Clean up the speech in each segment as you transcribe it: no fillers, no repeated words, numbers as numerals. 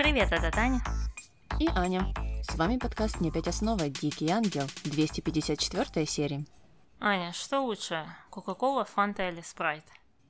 Привет, это Таня. И Аня. С вами подкаст «Не опять основа. Дикий ангел», 254 серия. Аня, что лучше, Кока-Кола, Фанта или Спрайт?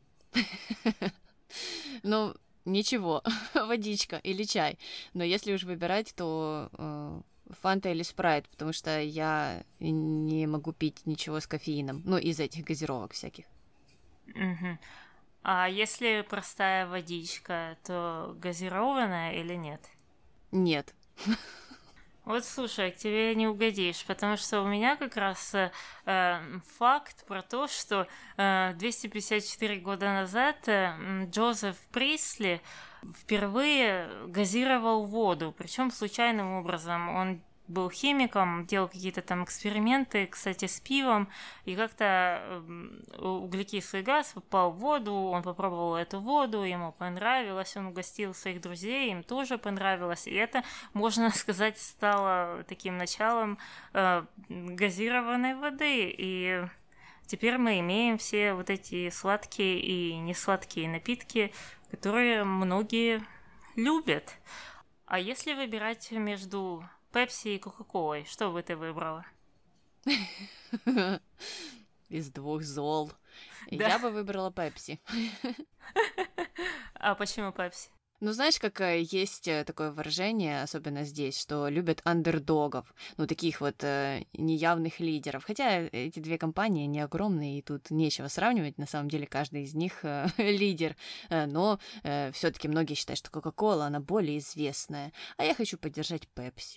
Ну, ничего, водичка или чай. Но если уж выбирать, то Фанта или Спрайт, потому что я не могу пить ничего с кофеином. Ну, из этих газировок всяких. Угу. А если простая водичка, то газированная или нет? Нет. Вот слушай, к тебе не угодишь, потому что у меня как раз факт про то, что 254 года назад Джозеф Присли впервые газировал воду, причем случайным образом. Он был химиком, делал какие-то там эксперименты, кстати, с пивом, и как-то углекислый газ попал в воду, он попробовал эту воду, ему понравилось, он угостил своих друзей, им тоже понравилось, и это, можно сказать, стало таким началом газированной воды, и теперь мы имеем все вот эти сладкие и несладкие напитки, которые многие любят. А если выбирать между Пепси и Кока-Колой, что бы ты выбрала? Из двух зол. Да. Я бы выбрала Пепси. А почему Пепси? Ну, знаешь, как есть такое выражение, особенно здесь, что любят андердогов, ну, таких вот неявных лидеров. Хотя эти две компании, они огромные, и тут нечего сравнивать. На самом деле, каждый из них лидер. Но все-таки многие считают, что Кока-Кола, она более известная. А я хочу поддержать Пепси.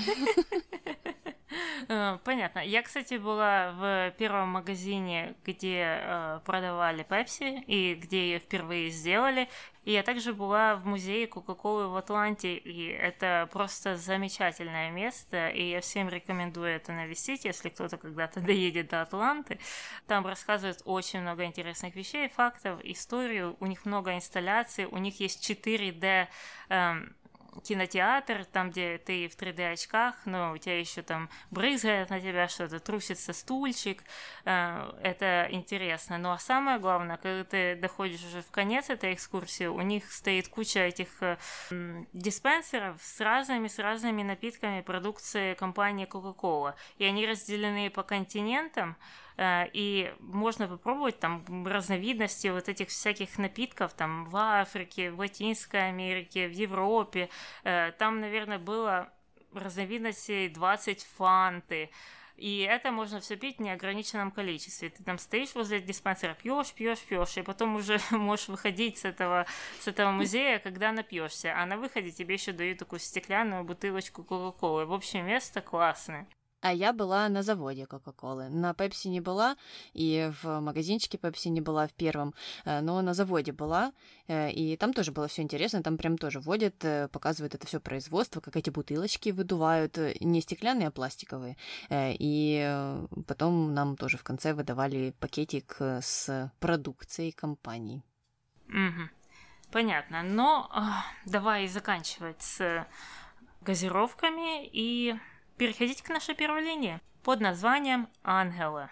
Понятно. Я, кстати, была в первом магазине, где продавали Пепси и где ее впервые сделали. И я также была в музее Кока-Колы в Атланте, и это просто замечательное место, и я всем рекомендую это навестить, если кто-то когда-то доедет до Атланты. Там рассказывают очень много интересных вещей, фактов, историю, у них много инсталляций, у них есть 4D кинотеатр, там, где ты в 3D очках, но у тебя еще там брызгает на тебя что-то, трусится стульчик, это интересно. Ну а самое главное, когда ты доходишь уже в конец этой экскурсии, у них стоит куча этих диспенсеров с разными напитками продукции компании Coca-Cola, и они разделены по континентам, и можно попробовать там разновидности вот этих всяких напитков там в Африке, в Латинской Америке, в Европе. Там, наверное, было разновидностей 20 фанты. И это можно все пить в неограниченном количестве. Ты там стоишь возле диспенсера, пьешь, и потом уже можешь выходить с этого музея, когда напьешься. А на выходе тебе еще дают такую стеклянную бутылочку Кока-Колы. В общем, место классное. А я была на заводе Кока-Колы. На Пепси не была, и в магазинчике Пепси не была в первом, но на заводе была, и там тоже было все интересно, там прям тоже водят, показывают это все производство, как эти бутылочки выдувают, не стеклянные, а пластиковые. И потом нам тоже в конце выдавали пакетик с продукцией компании. Угу. Понятно. Но давай заканчивать с газировками и переходить к нашей первой линии под названием «Ангелы».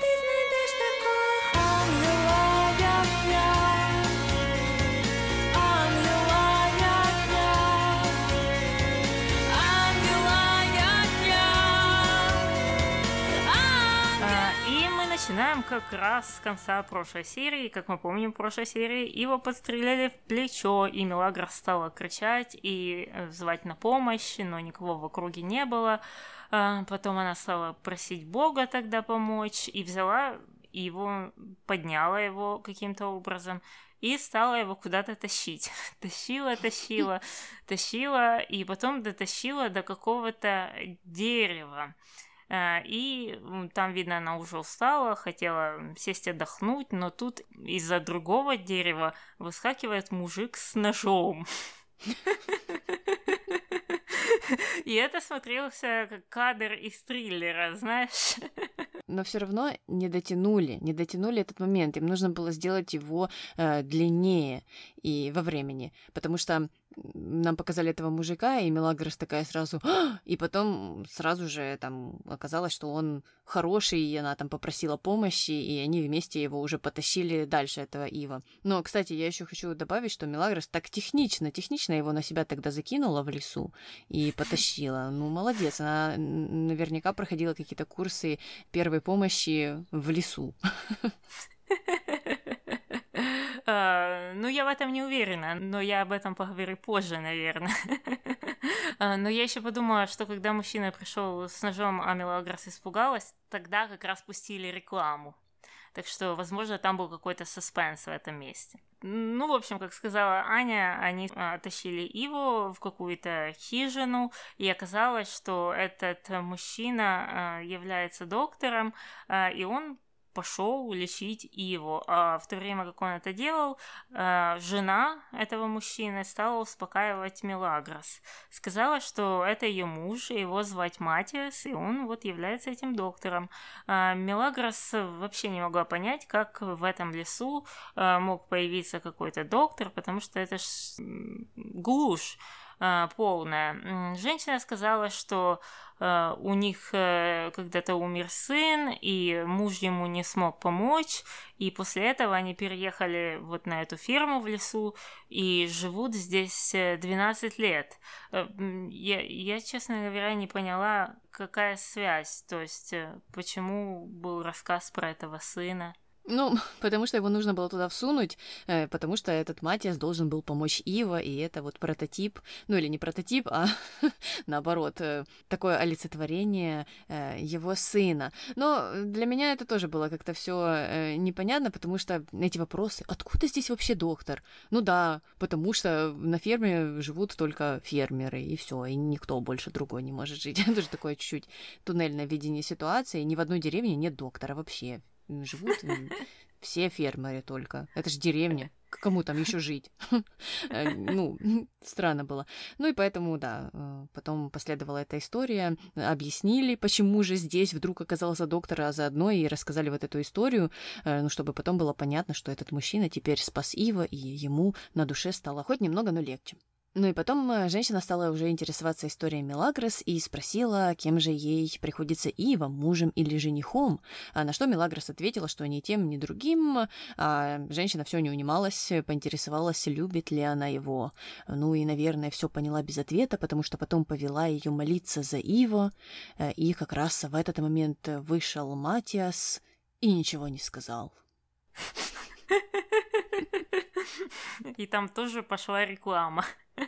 И мы начинаем как раз с конца прошлой серии. Как мы помним, в прошлой серии его подстрелили в плечо, и Мелагра стала кричать и звать на помощь, но никого в округе не было. Потом она стала просить Бога тогда помочь, и взяла его, подняла его каким-то образом, и стала его куда-то тащить. Тащила, и потом дотащила до какого-то дерева. И там, видно, она уже устала, хотела сесть отдохнуть, но тут из-за другого дерева выскакивает мужик с ножом. И это смотрелся как кадр из триллера, знаешь. Но все равно не дотянули этот момент. Им нужно было сделать его длиннее и во времени, потому что нам показали этого мужика, и Мелагрос такая сразу... «А!» И потом сразу же там оказалось, что он хороший, и она там попросила помощи, и они вместе его уже потащили дальше, этого Ива. Но, кстати, я еще хочу добавить, что Мелагрос так технично его на себя тогда закинула в лесу и потащила. Ну, молодец, она наверняка проходила какие-то курсы первой помощи в лесу. Ну, я в этом не уверена, но я об этом поговорю позже, наверное. Но я еще подумала, что когда мужчина пришел с ножом, а Мелагрос испугалась, тогда как раз пустили рекламу. Так что, возможно, там был какой-то саспенс в этом месте. Ну, в общем, как сказала Аня, они тащили Иву в какую-то хижину, и оказалось, что этот мужчина является доктором, и он пошел лечить Иву. А в то время, как он это делал, жена этого мужчины стала успокаивать Мелагрос. Сказала, что это ее муж, его звать Матиас, и он вот является этим доктором. Мелагрос вообще не могла понять, как в этом лесу мог появиться какой-то доктор, потому что это ж глушь полная. Женщина сказала, что у них когда-то умер сын, и муж ему не смог помочь, и после этого они переехали вот на эту ферму в лесу и живут здесь 12 лет. Я, честно говоря, не поняла, какая связь, то есть почему был рассказ про этого сына. Ну, потому что его нужно было туда всунуть, потому что этот Матиас должен был помочь Ива, и это вот прототип, ну или не прототип, а наоборот, такое олицетворение его сына. Но для меня это тоже было как-то все непонятно, потому что эти вопросы, откуда здесь вообще доктор? Ну да, потому что на ферме живут только фермеры, и все, и никто больше другой не может жить. Это же такое чуть-чуть туннельное видение ситуации, ни в одной деревне нет доктора вообще. Живут все фермеры только. Это же деревня. Кому там еще жить? Ну, странно было. Ну и поэтому, да, потом последовала эта история. Объяснили, почему же здесь вдруг оказался доктор, а заодно и рассказали вот эту историю, ну, чтобы потом было понятно, что этот мужчина теперь спас Ива, и ему на душе стало хоть немного, но легче. Ну и потом женщина стала уже интересоваться историей Мелагрос и спросила, кем же ей приходится Ива, мужем или женихом, а на что Мелагрос ответила, что ни тем, ни другим, а женщина все не унималась, поинтересовалась, любит ли она его. Ну и, наверное, все поняла без ответа, потому что потом повела ее молиться за Ива, и как раз в этот момент вышел Матиас и ничего не сказал. И там тоже пошла реклама.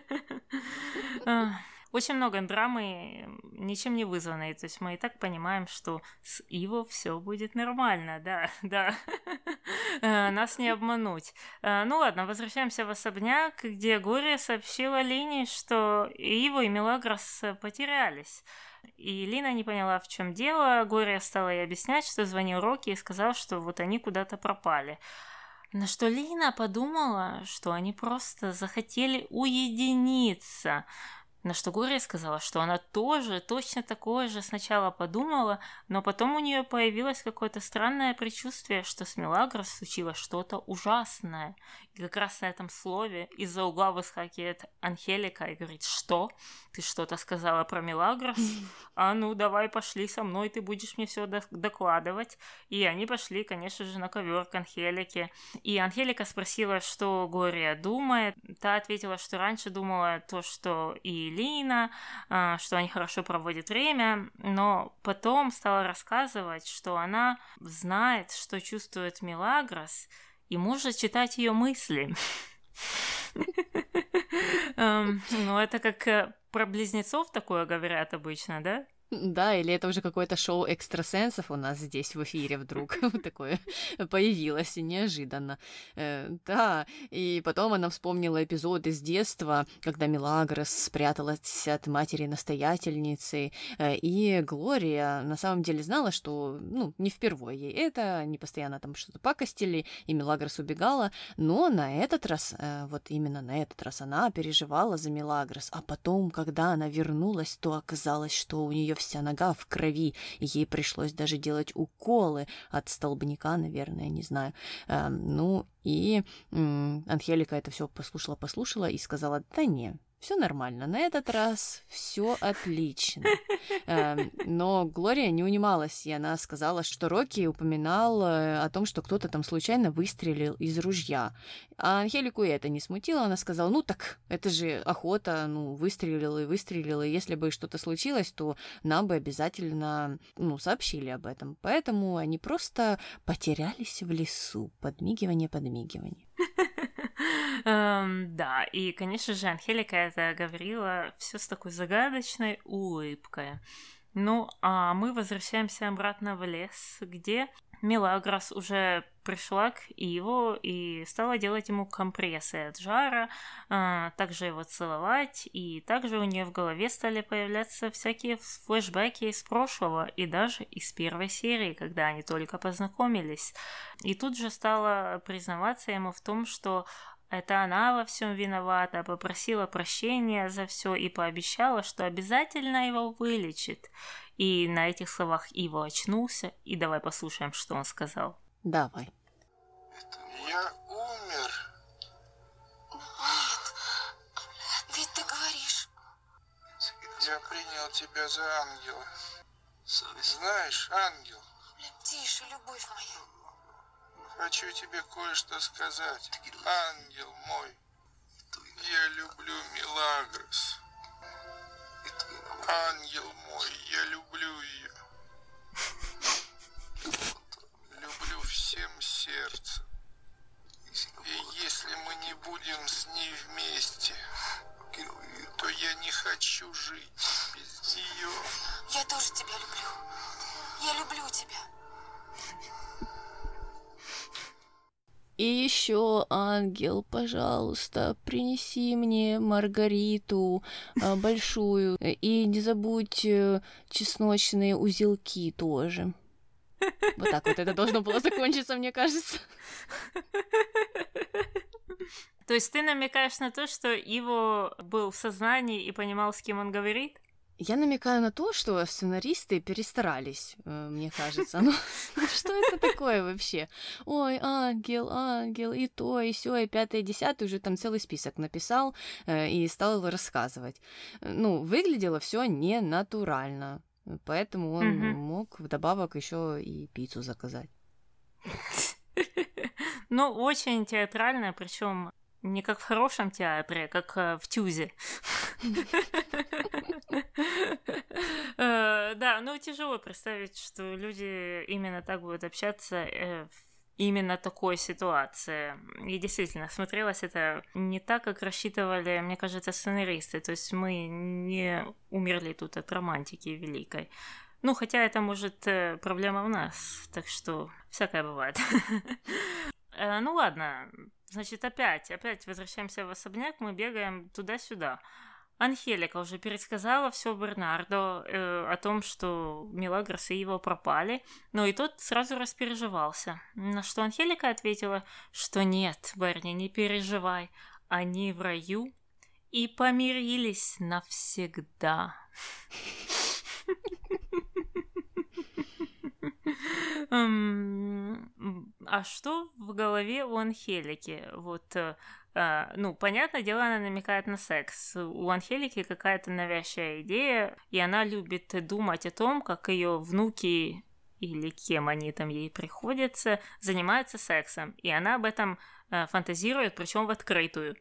Очень много драмы, ничем не вызванной. То есть мы и так понимаем, что с Иво все будет нормально, да. Нас не обмануть. Ну ладно, возвращаемся в особняк, где Глория сообщила Лине, что Иво и Мелагрос потерялись. И Лина не поняла, в чем дело. Глория стала ей объяснять, что звонил Рокки и сказал, что вот они куда-то пропали. На что Лина подумала, что они просто захотели уединиться. На что Глория сказала, что она тоже точно такое же сначала подумала, но потом у нее появилось какое-то странное предчувствие, что с Мелагрос случилось что-то ужасное. И как раз на этом слове из-за угла выскакивает Анхелика и говорит: «Что? Ты что-то сказала про Мелагрос? А ну, давай пошли со мной, ты будешь мне все докладывать». И они пошли, конечно же, на ковер к Анхелике. И Анхелика спросила, что Глория думает. Та ответила, что раньше думала то, что и Лина, что они хорошо проводят время, но потом стала рассказывать, что она знает, что чувствует Мелагрос, и может читать ее мысли. Ну, это как про близнецов такое говорят обычно, да? Да, или это уже какое-то шоу экстрасенсов у нас здесь в эфире вдруг такое появилось неожиданно. Да, и потом она вспомнила эпизод из детства, когда Мелагрос спряталась от матери-настоятельницы, и Глория на самом деле знала, что, ну, не впервые ей это, они постоянно там что-то пакостили, и Мелагрос убегала, но на этот раз, вот именно на этот раз она переживала за Мелагрос, а потом, когда она вернулась, то оказалось, что у нее вся нога в крови, и ей пришлось даже делать уколы от столбняка, наверное, не знаю. Ну, и Анхелика это все послушала и сказала: да не, все нормально, на этот раз все отлично. Но Глория не унималась, и она сказала, что Рокки упоминал о том, что кто-то там случайно выстрелил из ружья. А Анхелику и это не смутило, она сказала: ну так, это же охота, ну, выстрелил, и если бы что-то случилось, то нам бы обязательно, ну, сообщили об этом. Поэтому они просто потерялись в лесу. Подмигивание. Да, и, конечно же, Анхелика это говорила все с такой загадочной улыбкой. Ну, а мы возвращаемся обратно в лес, где Мелагрос уже пришла к Иву и стала делать ему компрессы от жара, также его целовать, и также у нее в голове стали появляться всякие флешбеки из прошлого, и даже из первой серии, когда они только познакомились. И тут же стала признаваться ему в том, что это она во всем виновата, попросила прощения за все и пообещала, что обязательно его вылечит. И на этих словах Ива очнулся, и давай послушаем, что он сказал. Давай. Я умер. Нет, ведь ты говоришь. Я принял тебя за ангела. Знаешь, ангел, Тише, любовь моя. хочу тебе кое-что сказать. Ангел мой, я люблю Мелагрос. Ангел мой, я люблю ее. Люблю всем сердцем. И если мы не будем с ней вместе, то я не хочу жить без нее. Я тоже тебя люблю. Я люблю тебя. И еще, ангел, пожалуйста, принеси мне Маргариту большую. И не забудь чесночные узелки тоже. Вот так вот это должно было закончиться, мне кажется. То есть ты намекаешь на то, что Иво был в сознании и понимал, с кем он говорит? Я намекаю на то, что сценаристы перестарались, мне кажется. Ну, что это такое вообще? Ой, ангел, и то, и сё, и 5-е, 10-е, уже там целый список написал и стал рассказывать. Ну, выглядело все ненатурально, поэтому он мог вдобавок еще и пиццу заказать. Ну, очень театрально, причем не как в хорошем театре, а как в тюзе. Да, ну тяжело представить, что люди именно так будут общаться в именно такой ситуации. И действительно, смотрелось это не так, как рассчитывали, мне кажется, сценаристы. То есть мы не умерли тут от романтики великой. Ну, хотя это, может, проблема в нас, так что всякое бывает. Ну ладно, значит, опять возвращаемся в особняк, мы бегаем туда-сюда. Анхелика уже пересказала все Бернардо о том, что Мелагрос и его пропали, но и тот сразу распереживался. На что Анхелика ответила, что нет, Берни, не переживай, они в раю и помирились навсегда. А что в голове у Анхелики? Вот, ну, понятное дело, она намекает на секс. У Анхелики какая-то навязчивая идея, и она любит думать о том, как ее внуки или кем они там ей приходятся, занимаются сексом. И она об этом фантазирует, причем в открытую.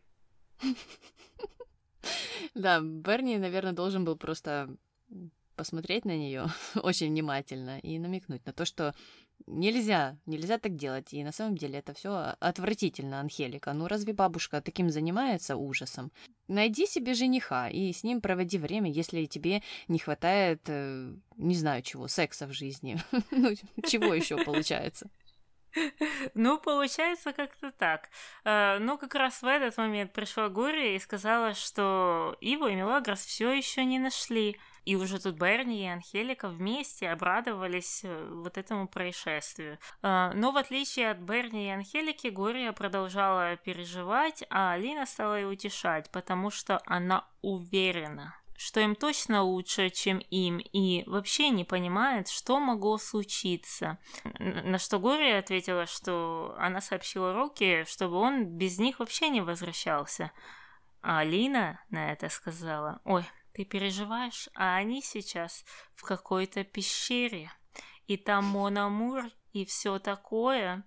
Да, Берни, наверное, должен был просто посмотреть на нее очень внимательно и намекнуть на то, что нельзя так делать. И на самом деле это все отвратительно, Анхелика. Ну разве бабушка таким занимается ужасом? Найди себе жениха и с ним проводи время, если тебе не хватает, не знаю чего, секса в жизни. Ну, чего еще получается? Ну, получается как-то так. Но как раз в этот момент пришла Глория и сказала, что Иву и Мелагрос все еще не нашли. И уже тут Берни и Анхелика вместе обрадовались вот этому происшествию. Но в отличие от Берни и Анхелики, Глория продолжала переживать, а Алина стала ее утешать, потому что она уверена, что им точно лучше, чем им, и вообще не понимает, что могло случиться. На что Глория ответила, что она сообщила Рокки, чтобы он без них вообще не возвращался. А Алина на это сказала: «Ой, ты переживаешь, а они сейчас в какой-то пещере, и там Мон Амур и все такое».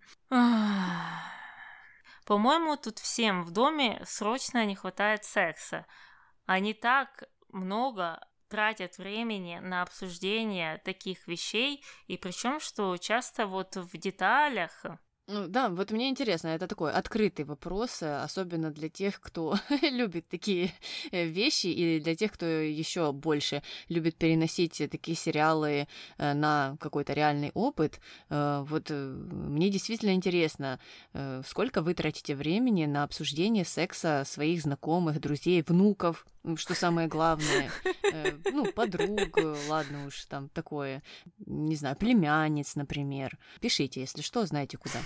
По-моему, тут всем в доме срочно не хватает секса. Они так много тратят времени на обсуждение таких вещей, и причем, что часто вот в деталях. Ну, да, вот мне интересно, это такой открытый вопрос, особенно для тех, кто любит такие вещи, и для тех, кто еще больше любит переносить такие сериалы на какой-то реальный опыт. Вот мне действительно интересно, сколько вы тратите времени на обсуждение секса своих знакомых, друзей, внуков, что самое главное, подруг, ладно уж, там такое, не знаю, племянниц, например. Пишите, если что, знаете куда.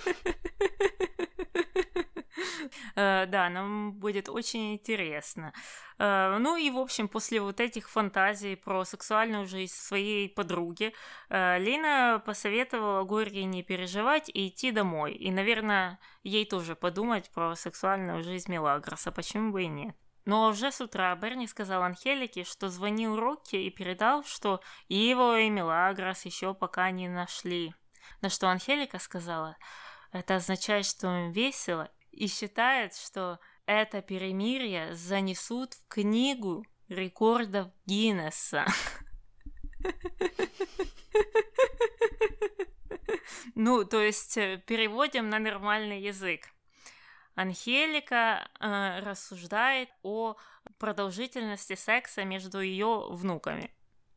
Да, нам будет очень интересно. Ну и, в общем, после вот этих фантазий про сексуальную жизнь своей подруги, Лина посоветовала Глории не переживать и идти домой. И, наверное, ей тоже подумать про сексуальную жизнь Мелагроса, почему бы и нет. Но уже с утра Берни сказал Анхелике, что звонил Рокки и передал, что Иво и Мелагрос еще пока не нашли. На что Анхелика сказала: это означает, что им весело, и считает, что это перемирие занесут в книгу рекордов Гиннесса. Ну, то есть переводим на нормальный язык. Анхелика рассуждает о продолжительности секса между ее внуками.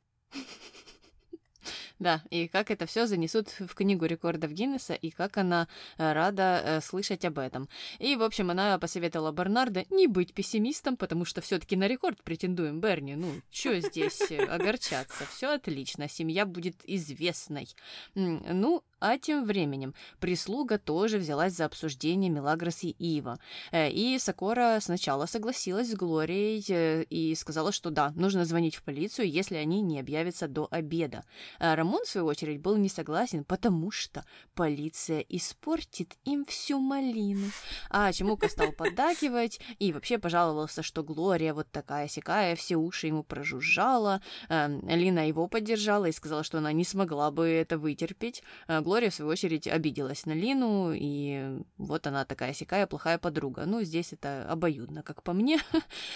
Да, и как это все занесут в книгу рекордов Гиннесса, и как она рада слышать об этом. И, в общем, она посоветовала Бернарду не быть пессимистом, потому что все-таки на рекорд претендуем, Берни. Ну, что здесь огорчаться? Все отлично, семья будет известной. Ну, а тем временем прислуга тоже взялась за обсуждение Мелагрос и Иво. И Сакора сначала согласилась с Глорией и сказала, что да, нужно звонить в полицию, если они не объявятся до обеда. Рамон, в свою очередь, был не согласен, потому что полиция испортит им всю малину. А Чемука стал поддакивать и вообще пожаловался, что Глория вот такая-сякая, все уши ему прожужжала. Лина его поддержала и сказала, что она не смогла бы это вытерпеть. Глория, в свою очередь, обиделась на Лину, и вот она такая-сякая плохая подруга. Ну, здесь это обоюдно, как по мне.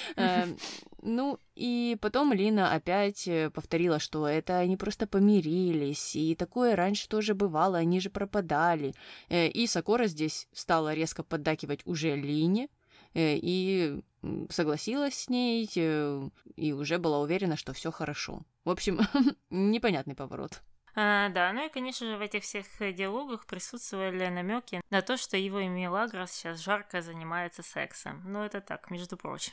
Ну, и потом Лина опять повторила, что это они просто помирились, и такое раньше тоже бывало, они же пропадали. И Сакора здесь стала резко поддакивать уже Лине, и согласилась с ней, и уже была уверена, что все хорошо. В общем, непонятный поворот. Да, ну и, конечно же, в этих всех диалогах присутствовали намеки на то, что Иво и Мелагрос сейчас жарко занимаются сексом. Ну, это так, между прочим.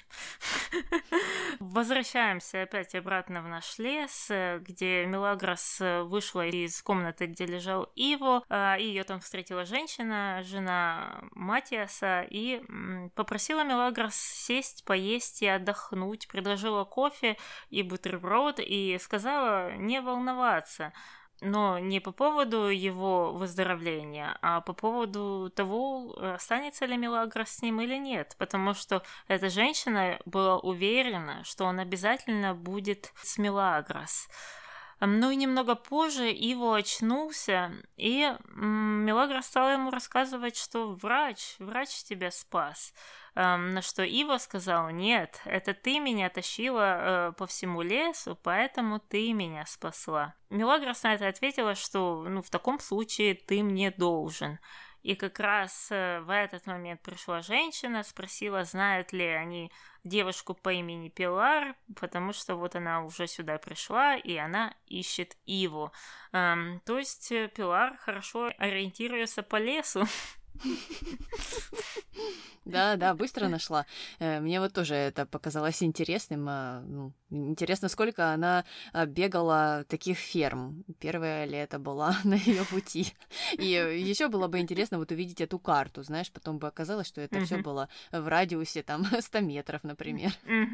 Возвращаемся опять обратно в наш лес, где Мелагрос вышла из комнаты, где лежал Иво, и ее там встретила женщина, жена Матиаса, и попросила Мелагрос сесть, поесть и отдохнуть, предложила кофе и бутерброд, и сказала не волноваться. Но не по поводу его выздоровления, а по поводу того, останется ли Мелагрос с ним или нет. Потому что эта женщина была уверена, что он обязательно будет с Мелагрос. Ну и немного позже Иво очнулся, и Мелагрос стала ему рассказывать, что врач тебя спас. На что Иво сказал: нет, это ты меня тащила по всему лесу, поэтому ты меня спасла. Мелагрос на это ответила, что в таком случае ты мне должен. И как раз в этот момент пришла женщина, спросила, знают ли они девушку по имени Пилар, потому что вот она уже сюда пришла, и она ищет Иву. То есть Пилар хорошо ориентируется по лесу. Да, быстро нашла. Мне вот тоже это показалось интересным. Интересно, сколько она бегала таких ферм. Первая ли это была на ее пути. И еще было бы интересно вот увидеть эту карту, знаешь, потом бы оказалось, что это все было в радиусе там 100 метров, например.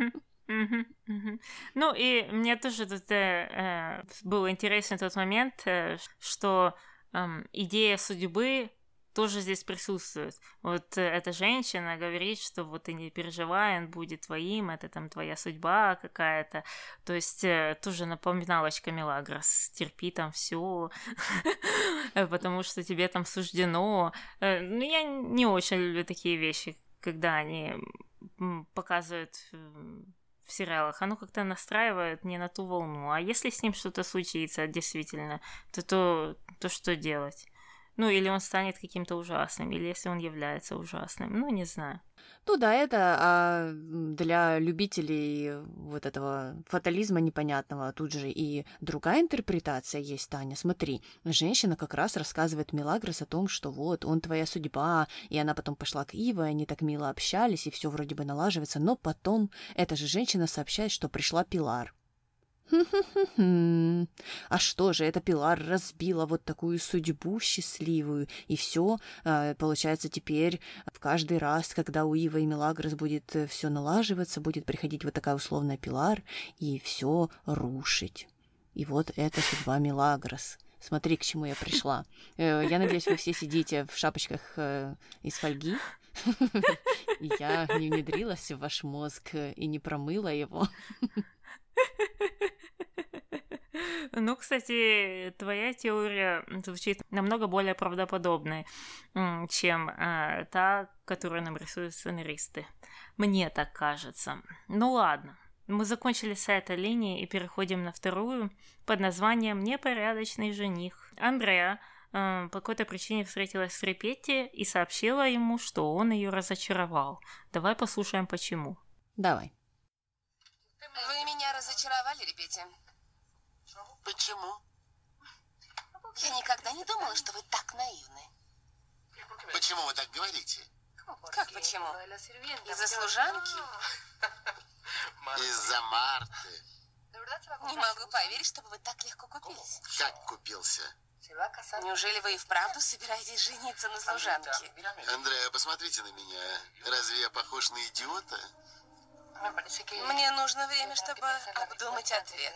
Ну, и мне тоже тут был интересен тот момент, что идея судьбы тоже здесь присутствует. Вот эта женщина говорит, что вот ты не переживай, он будет твоим, это там твоя судьба какая-то. То есть тоже напоминалочка Мелагрос, терпи там все, потому что тебе там суждено. Ну, я не очень люблю такие вещи, когда они показывают в сериалах, оно как-то настраивает не на ту волну. А если с ним что-то случится действительно, то что делать? Ну, или он станет каким-то ужасным, или если он является ужасным. Ну, не знаю. Ну да, это для любителей вот этого фатализма непонятного тут же и другая интерпретация есть, Таня. Смотри, женщина как раз рассказывает Мелагрос о том, что вот он твоя судьба, и она потом пошла к Иво, и они так мило общались, и все вроде бы налаживается, но потом эта же женщина сообщает, что пришла Пилар. А что же, эта Пилар разбила вот такую судьбу счастливую, и все, получается, теперь в каждый раз, когда у Ива и Мелагрос будет все налаживаться, будет приходить вот такая условная Пилар и все рушить. И вот это судьба Мелагрос. Смотри, к чему я пришла. Я надеюсь, вы все сидите в шапочках из фольги. И я не внедрилась в ваш мозг и не промыла его. Ну, кстати, твоя теория звучит намного более правдоподобной, чем та, которую нам рисуют сценаристы. Мне так кажется. Ну ладно, мы закончили с этой линии и переходим на вторую под названием «Непорядочный жених». Андреа по какой-то причине встретилась с Репетти и сообщила ему, что он ее разочаровал. Давай послушаем, почему. Давай. Вы меня разочаровали, Репетти. Почему? Я никогда не думала, что вы так наивны. Почему вы так говорите? Как почему? Из-за служанки? Из-за Марты. Не могу поверить, чтобы вы так легко купились. Как купился? Неужели вы и вправду собираетесь жениться на служанке? Андреа, посмотрите на меня. Разве я похож на идиота? Мне нужно время, чтобы обдумать ответ.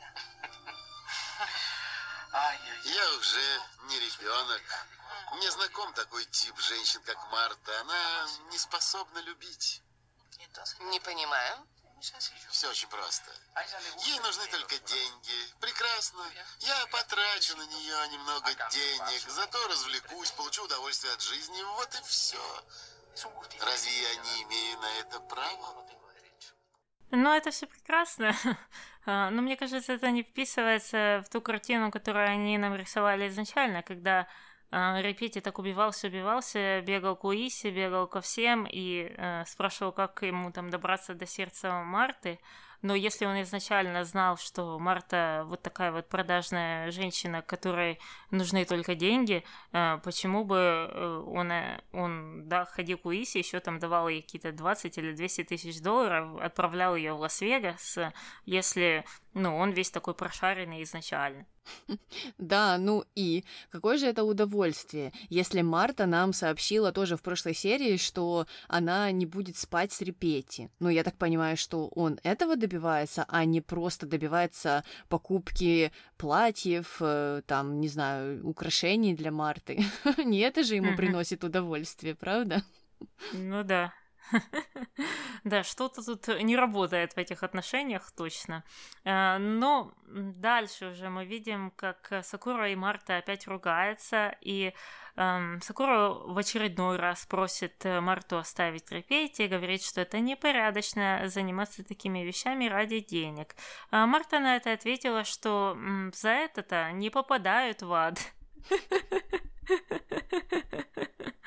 Я уже не ребенок. Мне знаком такой тип женщин, как Марта. Она не способна любить. Не понимаю. Все очень просто. Ей нужны только деньги. Прекрасно. Я потрачу на нее немного денег, зато развлекусь, получу удовольствие от жизни. Вот и все. Разве я не имею на это права? Ну, это все прекрасно. Но мне кажется, это не вписывается в ту картину, которую они нам рисовали изначально, когда Репетти так убивался, бегал к Луисе, бегал ко всем и спрашивал, как ему там добраться до сердца Марты. Но если он изначально знал, что Марта вот такая вот продажная женщина, которой нужны только деньги, почему бы он ходил к Луисе, еще там давал ей какие-то 20 или 200 тысяч долларов, отправлял ее в Лас-Вегас, если, он весь такой прошаренный изначально. Да, ну и какое же это удовольствие, если Марта нам сообщила тоже в прошлой серии, что она не будет спать с Репетти. Ну, я так понимаю, что он этого добивается, а не просто добивается покупки платьев, там, не знаю, украшений для Марты. Не это же ему приносит удовольствие, правда? Ну да. Да, что-то тут не работает в этих отношениях точно. Но дальше уже мы видим, как Сакура и Марта опять ругаются, и Сакура в очередной раз просит Марту оставить Репетти и говорит, что это непорядочно заниматься такими вещами ради денег. Марта на это ответила, что за это-то не попадают в ад.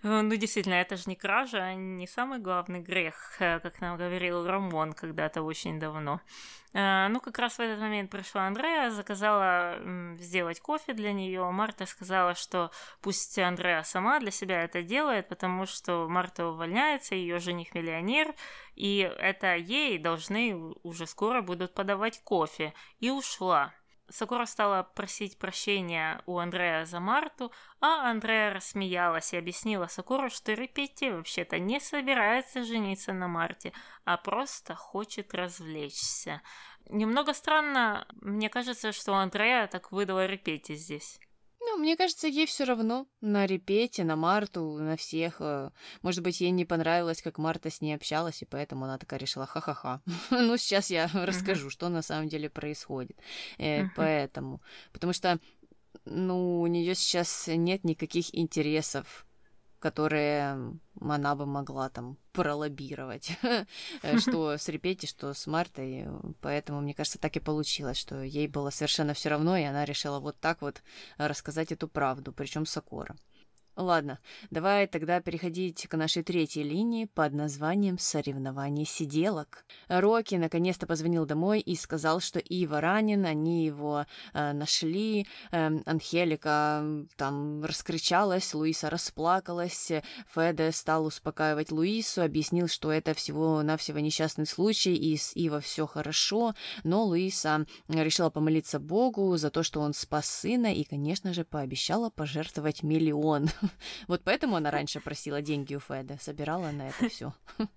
Ну, действительно, это же не кража, не самый главный грех, как нам говорил Рамон когда-то очень давно. Ну, как раз в этот момент пришла Андреа, заказала сделать кофе для нее. Марта сказала, что пусть Андреа сама для себя это делает, потому что Марта увольняется, ее жених миллионер, и это ей должны уже скоро будут подавать кофе. И ушла. Сакура стала просить прощения у Андреа за Марту, а Андреа рассмеялась и объяснила Сакуру, что Репетти вообще-то не собирается жениться на Марте, а просто хочет развлечься. Немного странно, мне кажется, что Андреа так выдала Репетти здесь. Ну, мне кажется, ей все равно на Репете, на Марту, на всех. Может быть, ей не понравилось, как Марта с ней общалась, и поэтому она такая решила, ха-ха-ха. Ну, сейчас я расскажу, что на самом деле происходит. Поэтому. Потому что, ну, у нее сейчас нет никаких интересов, которые она бы могла там пролоббировать, что с Репетти, что с Мартой, поэтому, мне кажется, так и получилось, что ей было совершенно все равно, и она решила вот так вот рассказать эту правду, причем Сакура. Ладно, давай тогда переходить к нашей третьей линии под названием «Соревнование сиделок». Рокки наконец-то позвонил домой и сказал, что Ива ранен, они его нашли. Анхелика там раскричалась, Луиса расплакалась. Феде стал успокаивать Луису, объяснил, что это всего-навсего несчастный случай, и с Ива все хорошо. Но Луиса решила помолиться Богу за то, что он спас сына, и, конечно же, пообещала пожертвовать 1 миллион. Вот поэтому она раньше просила деньги у Феде, собирала на это все.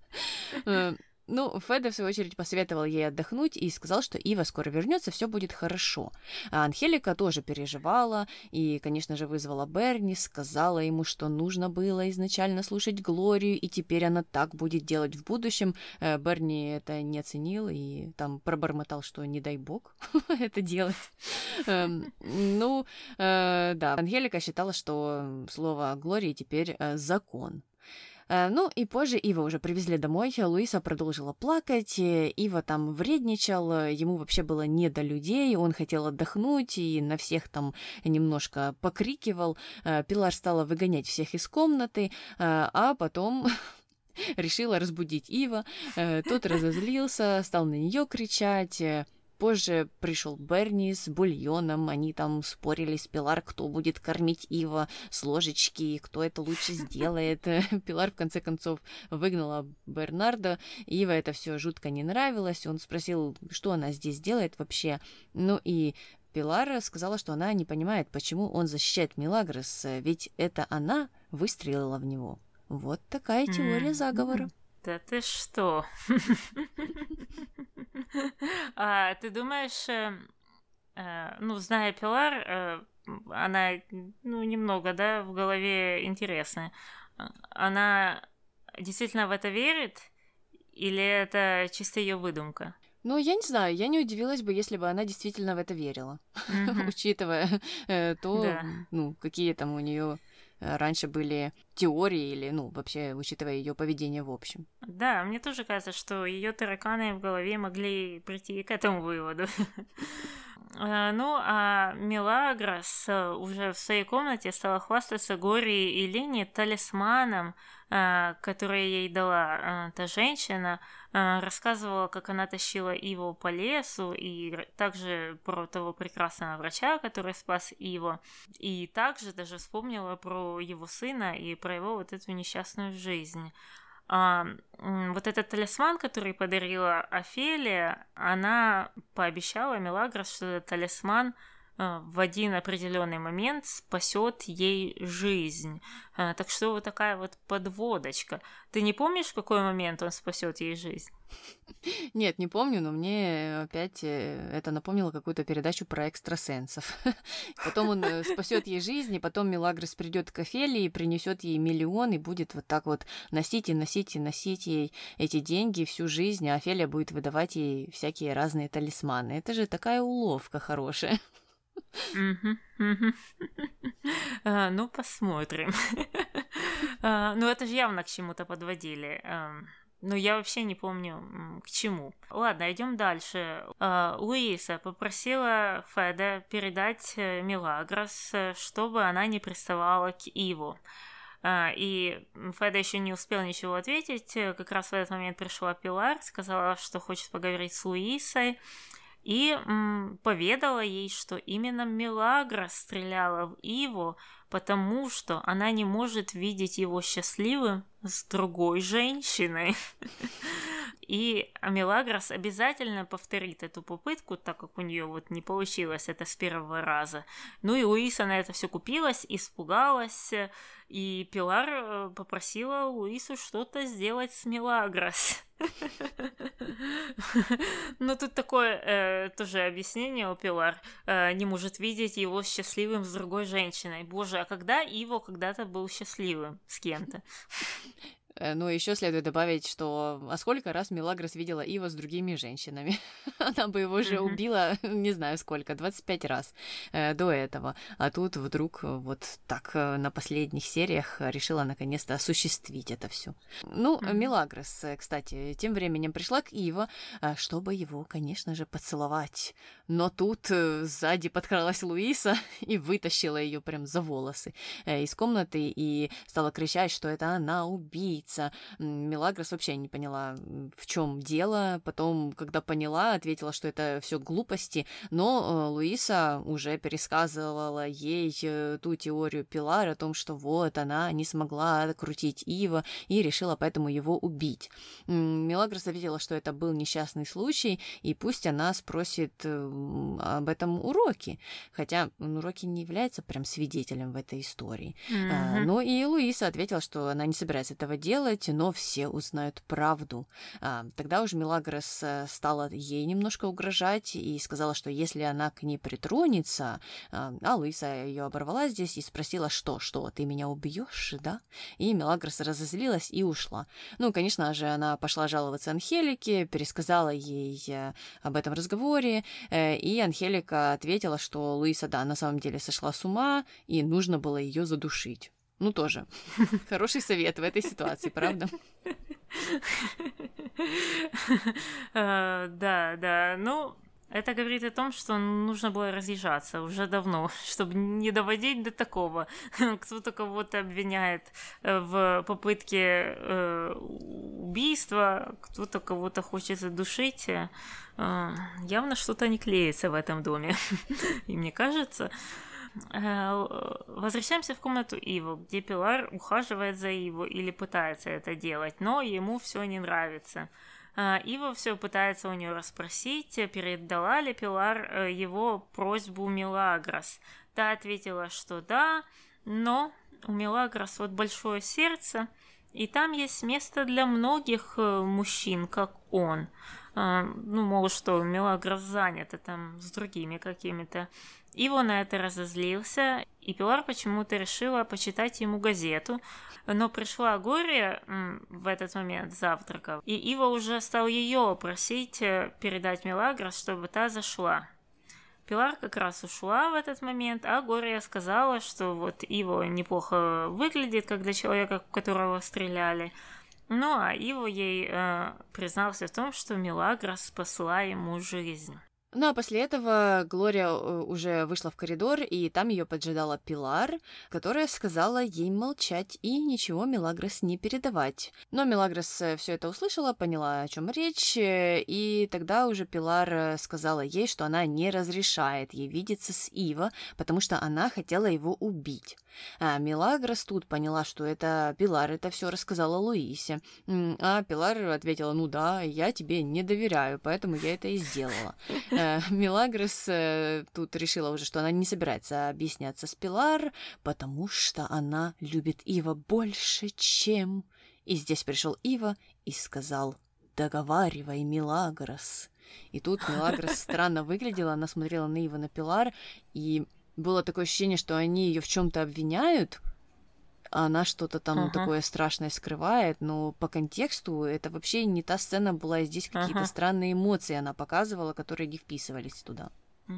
Ну, Феде, в свою очередь, посоветовал ей отдохнуть и сказал, что Ива скоро вернется, все будет хорошо. А Анхелика тоже переживала и, конечно же, вызвала Берни, сказала ему, что нужно было изначально слушать Глорию, и теперь она так будет делать в будущем. Берни это не оценил и там пробормотал, что не дай бог это делать. Ну, да, Анхелика считала, что слово Глории теперь закон. Ну, и позже Ива уже привезли домой, Луиса продолжила плакать, Ива там вредничал, ему вообще было не до людей, он хотел отдохнуть и на всех там немножко покрикивал. Пилар стала выгонять всех из комнаты, а потом решила разбудить Ива, тот разозлился, стал на нее кричать. Позже пришел Берни с бульоном, они там спорили с Пилар, кто будет кормить Ива с ложечки, кто это лучше сделает. Пилар в конце концов выгнала Бернардо, Ива это все жутко не нравилось, он спросил, что она здесь делает вообще. Ну и Пилар сказала, что она не понимает, почему он защищает Милагрос, ведь это она выстрелила в него. Вот такая теория заговора. Да ты что? Ты думаешь, ну, зная Пилар, она, ну, немного, да, в голове интересная. Она действительно в это верит? Или это чисто ее выдумка? Ну, я не знаю, я не удивилась бы, если бы она действительно в это верила, учитывая то, ну, какие там у нее раньше были теории или, ну, вообще, учитывая ее поведение в общем. Да, мне тоже кажется, что ее тараканы в голове могли прийти к этому выводу. Ну, а Милагрос уже в своей комнате стала хвастаться Гори и Лене талисманом, который ей дала та женщина, рассказывала, как она тащила Иву по лесу, и также про того прекрасного врача, который спас Иву, и также даже вспомнила про его сына и про его вот эту несчастную жизнь. Вот этот талисман, который подарила Офелия, она пообещала Милагрос, что этот талисман в один определенный момент спасет ей жизнь. Так что вот такая вот подводочка. Ты не помнишь, в какой момент он спасет ей жизнь? Нет, не помню, но мне опять это напомнило какую-то передачу про экстрасенсов. Потом он спасет ей жизнь, и потом Милагрос придет к Офелии и принесет ей 1 миллион, и будет вот так вот носить и носить и носить ей эти деньги всю жизнь, а Офелия будет выдавать ей всякие разные талисманы. Это же такая уловка хорошая. Ну, посмотрим. Ну, это же явно к чему-то подводили. Но я вообще не помню, к чему. Ладно, идем дальше. Луиса попросила Феде передать Милагрос, чтобы она не приставала к Иву. И Феда еще не успел ничего ответить. Как раз в этот момент пришла Пилар, сказала, что хочет поговорить с Луисой, и поведала ей, что именно Милагрос стреляла в Иву, потому что она не может видеть его счастливым с другой женщиной. И Милагрос обязательно повторит эту попытку, так как у нее вот не получилось это с первого раза. Ну и Луиса на это все купилась, испугалась, и Пилар попросила Луису что-то сделать с Милагрос. Но тут такое тоже объяснение у Пилар. Не может видеть его счастливым с другой женщиной. Боже, а когда Иво когда-то был счастливым с кем-то? Ну, еще следует добавить, что сколько раз Милагрос видела Ива с другими женщинами. Она бы его уже убила, не знаю сколько, 25 раз до этого. А тут вдруг вот так на последних сериях решила наконец-то осуществить это все. Ну, Милагрос, кстати, тем временем пришла к Ива, чтобы его, конечно же, поцеловать. Но тут сзади подкралась Луиса и вытащила ее прям за волосы из комнаты и стала кричать, что это она убийца. Милагрос вообще не поняла, в чем дело. Потом, когда поняла, ответила, что это все глупости. Но Луиса уже пересказывала ей ту теорию Пилар о том, что вот она не смогла крутить Ива и решила поэтому его убить. Милагрос ответила, что это был несчастный случай, и пусть она спросит об этом у Роки. Хотя Роки не является прям свидетелем в этой истории. Но и Луиса ответила, что она не собирается этого делать, но все узнают правду. Тогда уже Милагрос стала ей немножко угрожать и сказала, что если она к ней притронется, Луиса ее оборвала здесь и спросила, что, ты меня убьешь, да? И Милагрос разозлилась и ушла. Ну, конечно же, она пошла жаловаться Анхелике, пересказала ей об этом разговоре, и Анхелика ответила, что Луиса, да, на самом деле сошла с ума, и нужно было ее задушить. Ну, тоже хороший совет в этой ситуации, правда? Да. Ну, это говорит о том, что нужно было разъезжаться уже давно, чтобы не доводить до такого. Кто-то кого-то обвиняет в попытке убийства, кто-то кого-то хочет задушить. Явно что-то не клеится в этом доме. И мне кажется... Возвращаемся в комнату Иву, где Пилар ухаживает за Иву или пытается это делать, но ему все не нравится. Ива все пытается у нее расспросить, передала ли Пилар его просьбу Милагрос. Та ответила, что да, но у Милагрос вот большое сердце, и там есть место для многих мужчин, как он. Ну, мол, что Милагрос занята там с другими какими-то. Ива на это разозлился, и Пилар почему-то решила почитать ему газету, но пришла Глория в этот момент завтрака, и Ива уже стал ее просить передать Милагрос, чтобы та зашла. Пилар как раз ушла в этот момент, а Глория сказала, что вот Ива неплохо выглядит, как для человека, в которого стреляли. Ну, а Ива ей признался в том, что Милагрос спасла ему жизнь. Ну а после этого Глория уже вышла в коридор, и там ее поджидала Пилар, которая сказала ей молчать и ничего Милагрос не передавать. Но Милагрос все это услышала, поняла, о чем речь, и тогда уже Пилар сказала ей, что она не разрешает ей видеться с Ива, потому что она хотела его убить. А Милагрос тут поняла, что это Пилар это все рассказала Луисе. А Пилар ответила: ну да, я тебе не доверяю, поэтому я это и сделала. Милагрос тут решила уже, что она не собирается объясняться с Пилар, потому что она любит Ива больше, чем... И здесь пришел Ива и сказал: договаривай, Милагрос. И тут Милагрос странно выглядела, она смотрела на Ива, на Пилар, и было такое ощущение, что они ее в чем-то обвиняют, а она что-то там такое страшное скрывает, но по контексту это вообще не та сцена была, здесь какие-то странные эмоции она показывала, которые не вписывались туда.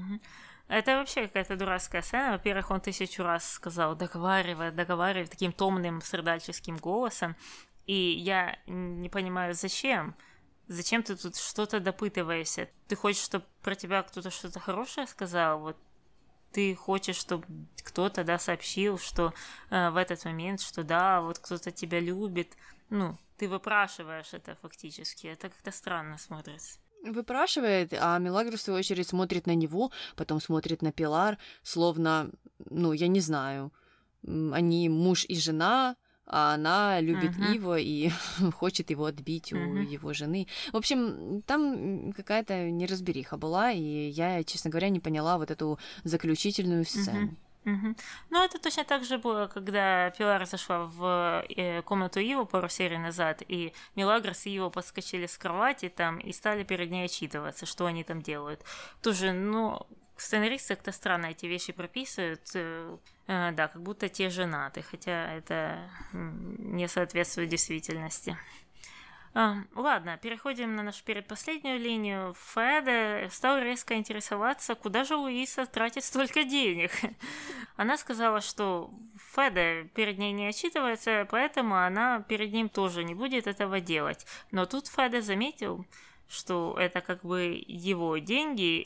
Это вообще какая-то дурацкая сцена. Во-первых, он 1000 раз сказал договаривай таким томным страдальческим голосом, и я не понимаю, зачем? Зачем ты тут что-то допытываешься? Ты хочешь, чтобы про тебя кто-то что-то хорошее сказал? Вот ты хочешь, чтобы кто-то, да, сообщил, что в этот момент, что да, вот кто-то тебя любит, ну, ты выпрашиваешь это фактически, это как-то странно смотрится. Выпрашивает, а Мелагрос, в свою очередь, смотрит на него, потом смотрит на Пилар, словно, ну, я не знаю, они муж и жена, а она любит Иво и хочет его отбить у его жены. В общем, там какая-то неразбериха была, и я, честно говоря, не поняла вот эту заключительную сцену. Ну, это точно так же было, когда Пилар зашла в комнату Иво пару серий назад, и Мелагрос и Иво подскочили с кровати там и стали перед ней отчитываться, что они там делают. Тоже, ну, сценаристы как-то странно эти вещи прописывают, да, как будто те женаты, хотя это не соответствует действительности. Ладно, переходим на нашу предпоследнюю линию. Феда стал резко интересоваться, куда же Луиса тратит столько денег. Она сказала, что Феда перед ней не отчитывается, поэтому она перед ним тоже не будет этого делать. Но тут Феда заметил, что это как бы его деньги.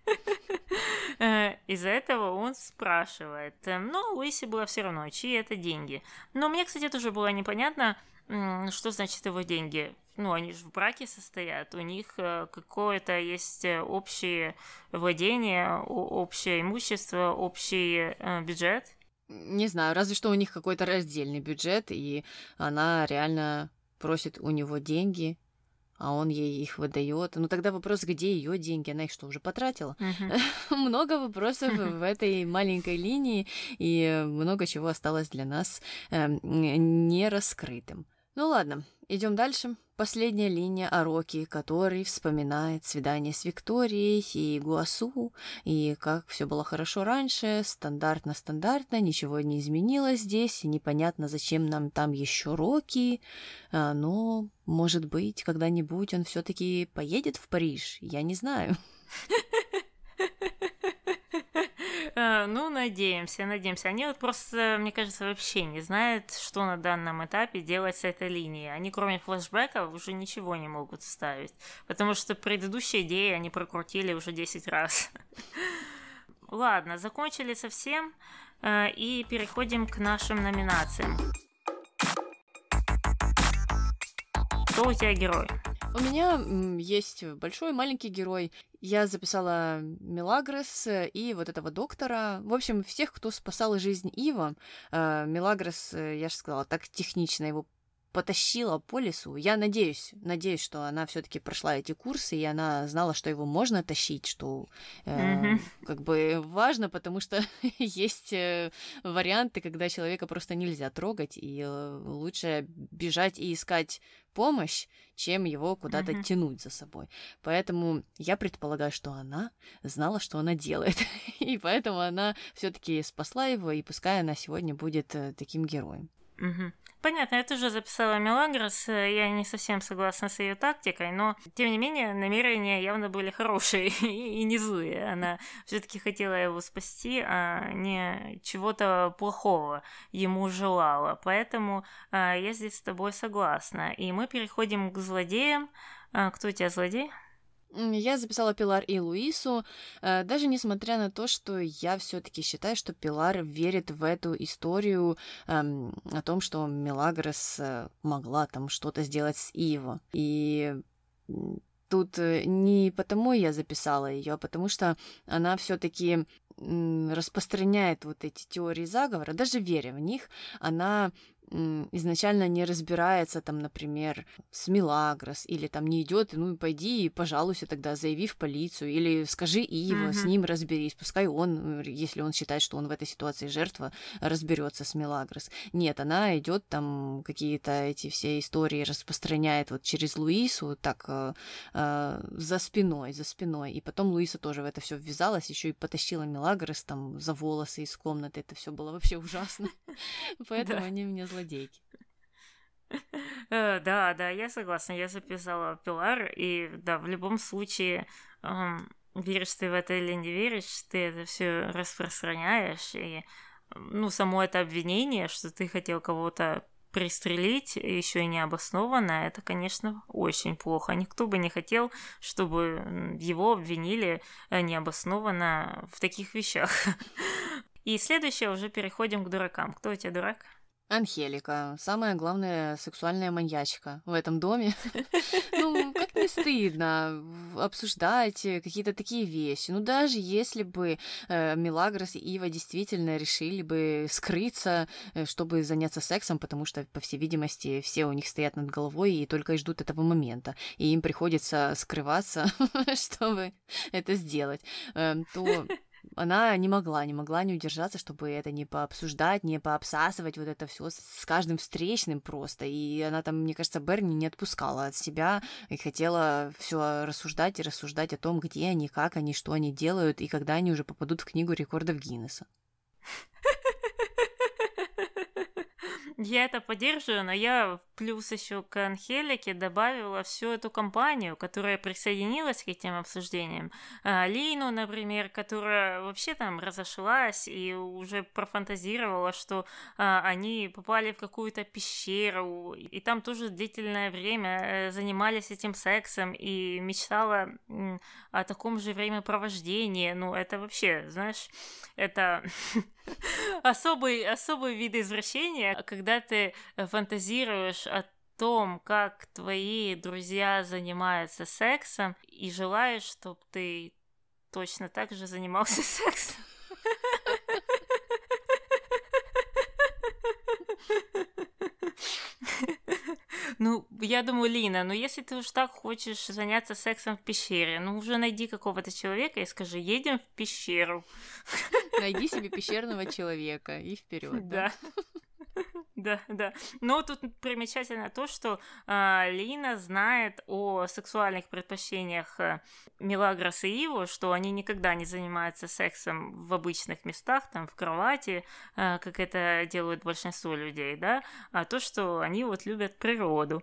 Из-за этого он спрашивает. Но Луисе было все равно, чьи это деньги. Но мне, кстати, тоже было непонятно, что значит его деньги. Ну, они же в браке состоят, у них какое-то есть общее владение, общее имущество, общий бюджет. Не знаю, разве что у них какой-то раздельный бюджет, и она реально просит у него деньги, а он ей их выдает. Ну тогда вопрос, где ее деньги? Она их что, уже потратила? Много вопросов в этой маленькой линии, и много чего осталось для нас не раскрытым. Ну ладно, идем дальше. Последняя линия о Роки, который вспоминает свидание с Викторией и Гуасу, и как все было хорошо раньше, стандартно, ничего не изменилось здесь, непонятно, зачем нам там еще Роки, но, может быть, когда-нибудь он все-таки поедет в Париж, я не знаю. Ну, надеемся. Они вот просто, мне кажется, вообще не знают, что на данном этапе делать с этой линией. Они, кроме флешбеков, уже ничего не могут вставить, потому что предыдущие идеи они прокрутили уже 10 раз. Ладно, закончили совсем, и переходим к нашим номинациям. Кто у тебя герой? У меня есть большой и маленький герой. Я записала Мелагрос и вот этого доктора. В общем, всех, кто спасал жизнь Иво. Мелагрос, я же сказала, так технично его потащила по лесу. Я надеюсь, что она все-таки прошла эти курсы, и она знала, что его можно тащить, что как бы важно, потому что есть варианты, когда человека просто нельзя трогать, и лучше бежать и искать помощь, чем его куда-то тянуть за собой. Поэтому я предполагаю, что она знала, что она делает, и поэтому она все-таки спасла его, и пускай она сегодня будет таким героем. Понятно, я тоже записала Мелагрос, я не совсем согласна с ее тактикой, но, тем не менее, намерения явно были хорошие и не злые. Она все-таки хотела его спасти, а не чего-то плохого ему желала. Поэтому я здесь с тобой согласна. И мы переходим к злодеям. Кто у тебя злодей? Я записала Пилар и Луису, даже несмотря на то, что я все-таки считаю, что Пилар верит в эту историю о том, что Мелагрос могла там что-то сделать с Иво. И тут не потому я записала ее, а потому что она все-таки распространяет вот эти теории заговора, даже веря в них, она изначально не разбирается там, например, с Мелагрос, или там не идет, ну пойди и пожалуйся тогда, заяви в полицию, или скажи Иво, с ним разберись, пускай он, если он считает, что он в этой ситуации жертва, разберется с Мелагрос. Нет, она идет там какие-то эти все истории распространяет вот через Луису, так за спиной, и потом Луиса тоже в это все ввязалась, еще и потащила Мелагрос там за волосы из комнаты, это все было вообще ужасно, поэтому они мне злодейки. Да, я согласна, я записала Пилар, и да, в любом случае, веришь ты в это или не веришь, ты это все распространяешь, и ну, само это обвинение, что ты хотел кого-то пристрелить, еще и необоснованно, это, конечно, очень плохо. Никто бы не хотел, чтобы его обвинили необоснованно в таких вещах. И следующее, уже переходим к дуракам. Кто у тебя дурак? Анхелика, самая главная сексуальная маньячка в этом доме. Ну, как не стыдно обсуждать какие-то такие вещи. Ну, даже если бы Мелагрос и Ива действительно решили бы скрыться, чтобы заняться сексом, потому что, по всей видимости, все у них стоят над головой и только и ждут этого момента, и им приходится скрываться, чтобы это сделать, то... Она не могла не удержаться, чтобы это не пообсуждать, не пообсасывать вот это все с каждым встречным просто. И она там, мне кажется, Берни не отпускала от себя и хотела все рассуждать и рассуждать о том, где они, как они, что они делают и когда они уже попадут в книгу рекордов Гиннесса. Я это поддерживаю, но я плюс еще к Анхелике добавила всю эту компанию, которая присоединилась к этим обсуждениям. Лину, например, которая вообще там разошлась и уже профантазировала, что они попали в какую-то пещеру, и там тоже длительное время занимались этим сексом и мечтала о таком же времяпровождении. Ну, это вообще, знаешь, это... Особый вид извращения, когда ты фантазируешь о том, как твои друзья занимаются сексом, и желаешь, чтобы ты точно так же занимался сексом. Ну, я думаю, Лина, ну если ты уж так хочешь заняться сексом в пещере, ну уже найди какого-то человека и скажи, едем в пещеру. Найди себе пещерного человека и вперед. Да. Да. Но тут примечательно то, что Лина знает о сексуальных предпочтениях Мелагрос и Иву, что они никогда не занимаются сексом в обычных местах, там, в кровати, как это делают большинство людей, да, а то, что они вот любят природу.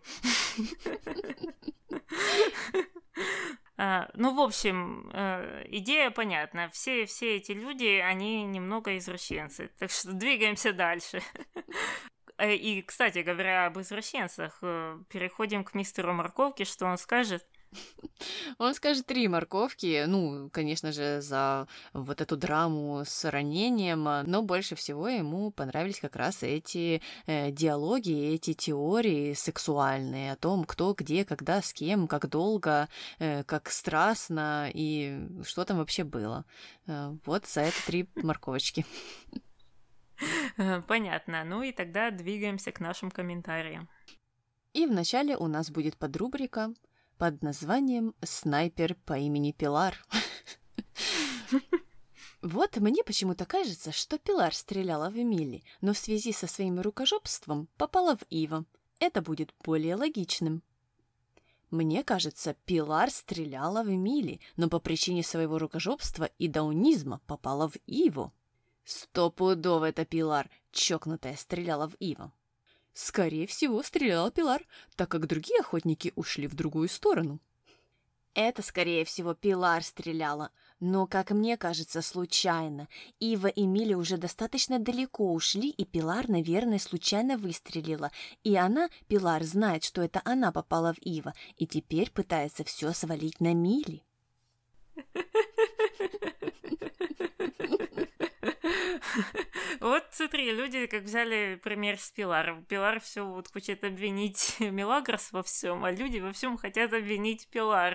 Ну, в общем, идея понятна. Все эти люди, они немного извращенцы. Так что двигаемся дальше. И, кстати, говоря об извращенцах, переходим к мистеру Морковке, что он скажет. Он скажет 3 морковки, ну, конечно же, за вот эту драму с ранением, но больше всего ему понравились как раз эти диалоги, эти теории сексуальные о том, кто, где, когда, с кем, как долго, как страстно и что там вообще было. Вот за это 3 морковочки. Понятно. Ну и тогда двигаемся к нашим комментариям. И вначале у нас будет подрубрика под названием «Снайпер по имени Пилар». Вот мне почему-то кажется, что Пилар стреляла в Эмили, но в связи со своим рукожопством попала в Ива. Это будет более логичным. Мне кажется, Пилар стреляла в Эмили, но по причине своего рукожопства и даунизма попала в Иву. Стопудово это Пилар, чокнутая, стреляла в Ива. Скорее всего, стреляла Пилар, так как другие охотники ушли в другую сторону. Это, скорее всего, Пилар стреляла, но, как мне кажется, случайно. Ива и Мили уже достаточно далеко ушли, и Пилар, наверное, случайно выстрелила. И она, Пилар, знает, что это она попала в Ива, и теперь пытается все свалить на Мили. Вот смотри, люди как взяли пример с Пилар. Пилар все вот хочет обвинить Мелагрос во всем, а люди во всем хотят обвинить Пилар.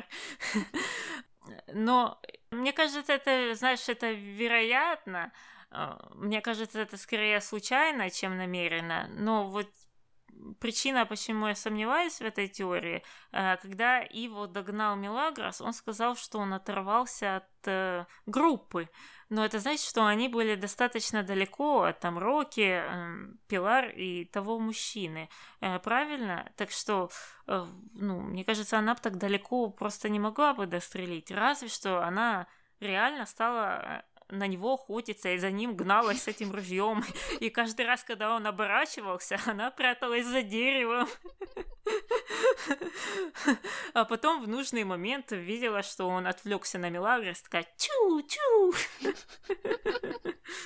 Но мне кажется, это, знаешь, это вероятно. Мне кажется, это скорее случайно, чем намеренно. Но вот причина, почему я сомневаюсь в этой теории, когда Иво догнал Мелагрос, он сказал, что он оторвался от группы. Но это значит, что они были достаточно далеко от там Рокки, Пилар и того мужчины. Правильно? Так что, ну, мне кажется, она бы так далеко просто не могла бы дострелить. Разве что она реально стала на него охотиться и за ним гналась с этим ружьем. И каждый раз, когда он оборачивался, она пряталась за деревом. А потом в нужный момент видела, что он отвлекся на Мелагрос, такая чу-чу.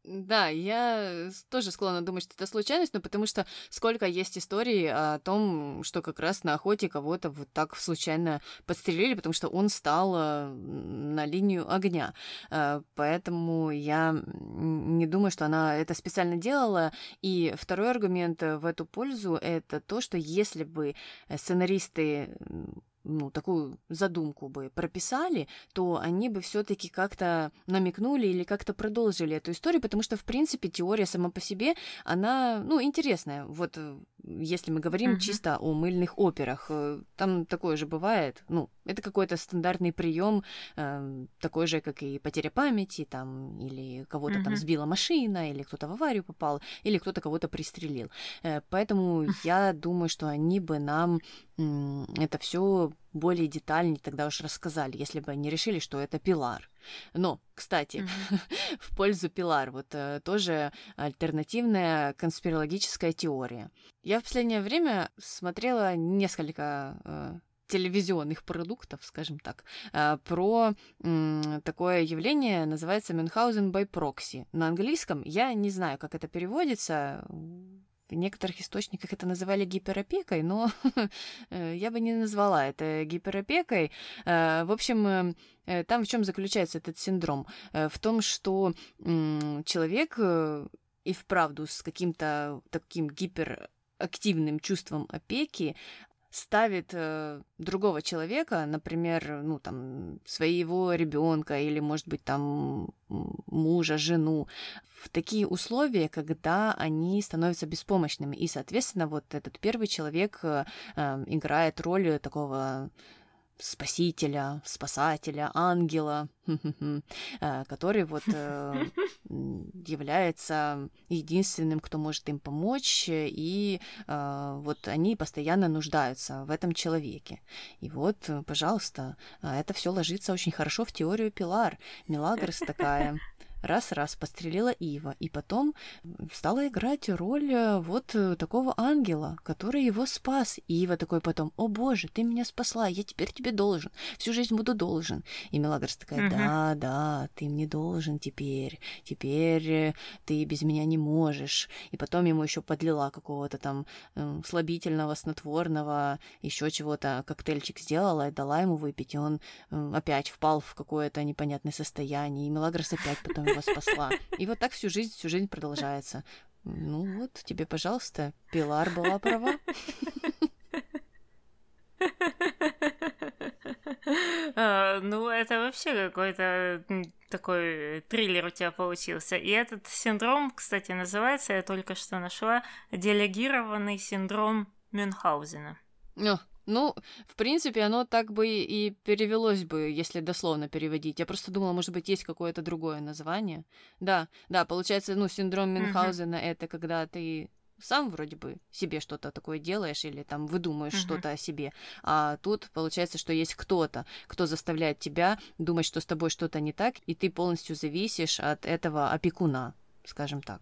Да, я тоже склонна думать, что это случайность, но потому что сколько есть историй о том, что как раз на охоте кого-то вот так случайно подстрелили, потому что он стал на линию огня. Поэтому я не думаю, что она это специально делала. И второй аргумент в эту пользу — это то, что если бы сценаристы такую задумку бы прописали, то они бы все-таки как-то намекнули или как-то продолжили эту историю, потому что, в принципе, теория сама по себе, она, интересная. Вот если мы говорим чисто о мыльных операх, там такое же бывает. Это какой-то стандартный прием, такой же, как и потеря памяти, там, или кого-то там сбила машина, или кто-то в аварию попал, или кто-то кого-то пристрелил. Поэтому я думаю, что они бы нам это все более детальнее тогда уж рассказали, если бы они решили, что это Пилар. Но, кстати, в пользу Пилар, вот тоже альтернативная конспирологическая теория. Я в последнее время смотрела несколько телевизионных продуктов, скажем так, про такое явление, называется Мюнхгаузен by proxy. На английском я не знаю, как это переводится. В некоторых источниках это называли гиперопекой, но я бы не назвала это гиперопекой. В общем, там в чем заключается этот синдром? В том, что человек и вправду с каким-то таким гиперактивным чувством опеки ставит другого человека, например, своего ребенка или, может быть, там мужа, жену, в такие условия, когда они становятся беспомощными. И, соответственно, вот этот первый человек играет роль такого спасителя, спасателя, ангела, который вот является единственным, кто может им помочь, и вот они постоянно нуждаются в этом человеке. И вот, пожалуйста, это все ложится очень хорошо в теорию Пилар. Мелагрос такая раз-раз подстрелила Ива, и потом стала играть роль вот такого ангела, который его спас. И Ива такой потом: «О боже, ты меня спасла, я теперь тебе должен, всю жизнь буду должен». И Мелагрос такая: да, ты мне должен теперь ты без меня не можешь. И потом ему еще подлила какого-то там слабительного, снотворного, еще чего-то, коктейльчик сделала и дала ему выпить, и он опять впал в какое-то непонятное состояние, и Мелагрос опять потом его спасла. И вот так всю жизнь продолжается. Вот тебе, пожалуйста, Пилар была права. Это вообще какой-то такой триллер у тебя получился. И этот синдром, кстати, называется, я только что нашла, делегированный синдром Мюнхгаузена. В принципе, оно так бы и перевелось бы, если дословно переводить. Я просто думала, может быть, есть какое-то другое название. Да, получается, синдром Мюнхгаузена — это когда ты сам вроде бы себе что-то такое делаешь или там выдумаешь что-то о себе, а тут получается, что есть кто-то, кто заставляет тебя думать, что с тобой что-то не так, и ты полностью зависишь от этого опекуна, скажем так.